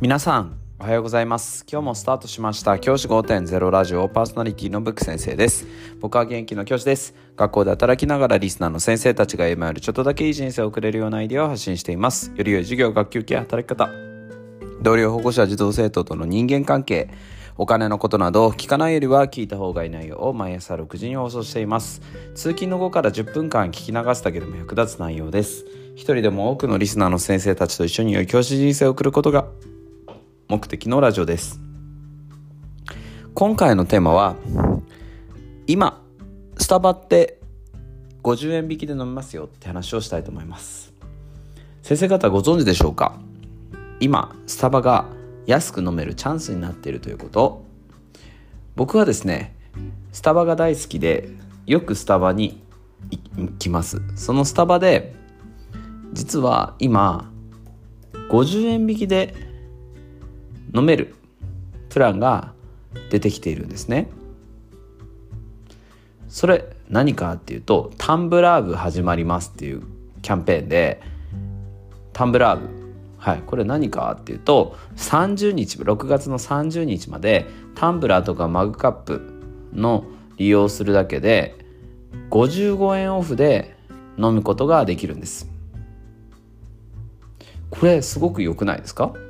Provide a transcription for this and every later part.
皆さんおはようございます。今日もスタートしました教師 5.0 ラジオパーソナリティのブック先生です。僕は現役の教師です。学校で働きながらリスナーの先生たちが今よりちょっとだけいい人生を送れるようなアイデアを発信しています。より良い授業、学級系、働き方、同僚、保護者、児童生徒との人間関係、お金のことなど聞かないよりは聞いた方がいい内容を毎朝6時に放送しています。通勤の後から10分間聞き流すだけでも役立つ内容です。一人でも多くのリスナーの先生たちと一緒に良い教師人生を送ることが目的のラジオです。今回のテーマは、今スタバって50円引きで飲めますよって話をしたいと思います。先生方ご存知でしょうか？今スタバが安く飲めるチャンスになっているということ。僕はですね、スタバが大好きでよくスタバに行きます。そのスタバで実は今50円引きで飲めるプランが出てきているんですね。それ何かっていうと、タンブラー部始まりますっていうキャンペーンで、タンブラー部、これ何かっていうと、6月の30日までタンブラーとかマグカップの利用するだけで55円オフで飲むことができるんです。これすごく良くないですか？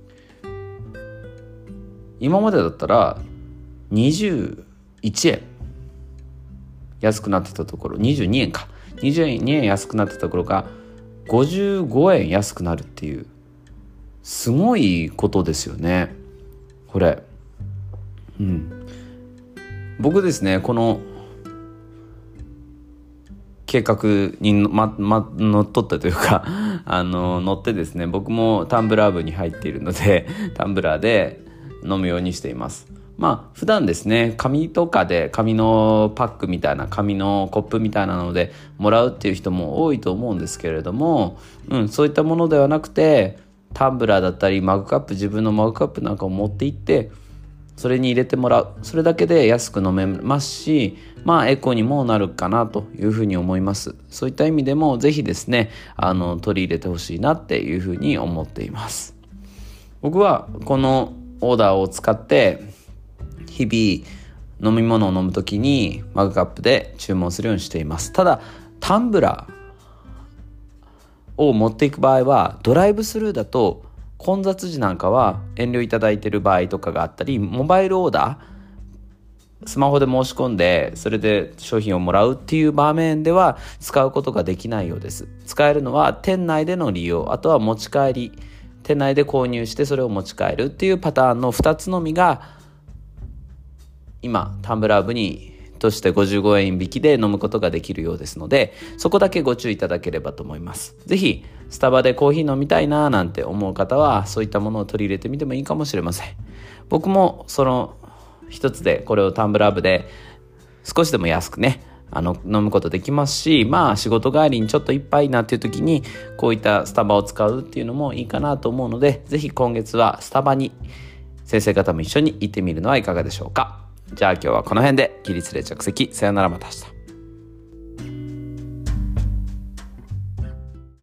今までだったら21円安くなってたところ、22円か22円安くなってたところが55円安くなるっていう、すごいことですよねこれ。僕ですね、この計画に乗っ取ったというか乗ってですね、僕もタンブラー部に入っているのでタンブラーで飲むようにしています。普段ですね、紙とかで紙のパックみたいな、紙のコップみたいなのでもらうっていう人も多いと思うんですけれども、そういったものではなくて、タンブラーだったりマグカップ、自分のマグカップなんかを持って行ってそれに入れてもらう、それだけで安く飲めますし、エコにもなるかなというふうに思います。そういった意味でもぜひですね、取り入れてほしいなっていうふうに思っています。僕はこのオーダーを使って日々飲み物を飲むときにマグカップで注文するようにしています。ただタンブラーを持っていく場合は、ドライブスルーだと混雑時なんかは遠慮いただいている場合とかがあったり、モバイルオーダー、スマホで申し込んでそれで商品をもらうっていう場面では使うことができないようです。使えるのは店内での利用、あとは持ち帰り、店内で購入してそれを持ち帰るっていうパターンの2つのみが今タンブラー部にとして55円引きで飲むことができるようですので、そこだけご注意いただければと思います。ぜひスタバでコーヒー飲みたいななんて思う方はそういったものを取り入れてみてもいいかもしれません。僕もその一つでこれをタンブラー部で少しでも安くね飲むことできますし、仕事帰りにちょっと一杯なっていう時にこういったスタバを使うっていうのもいいかなと思うので、ぜひ今月はスタバに先生方も一緒に行ってみるのはいかがでしょうか。じゃあ今日はこの辺で。起立例着席、さよなら、また明日。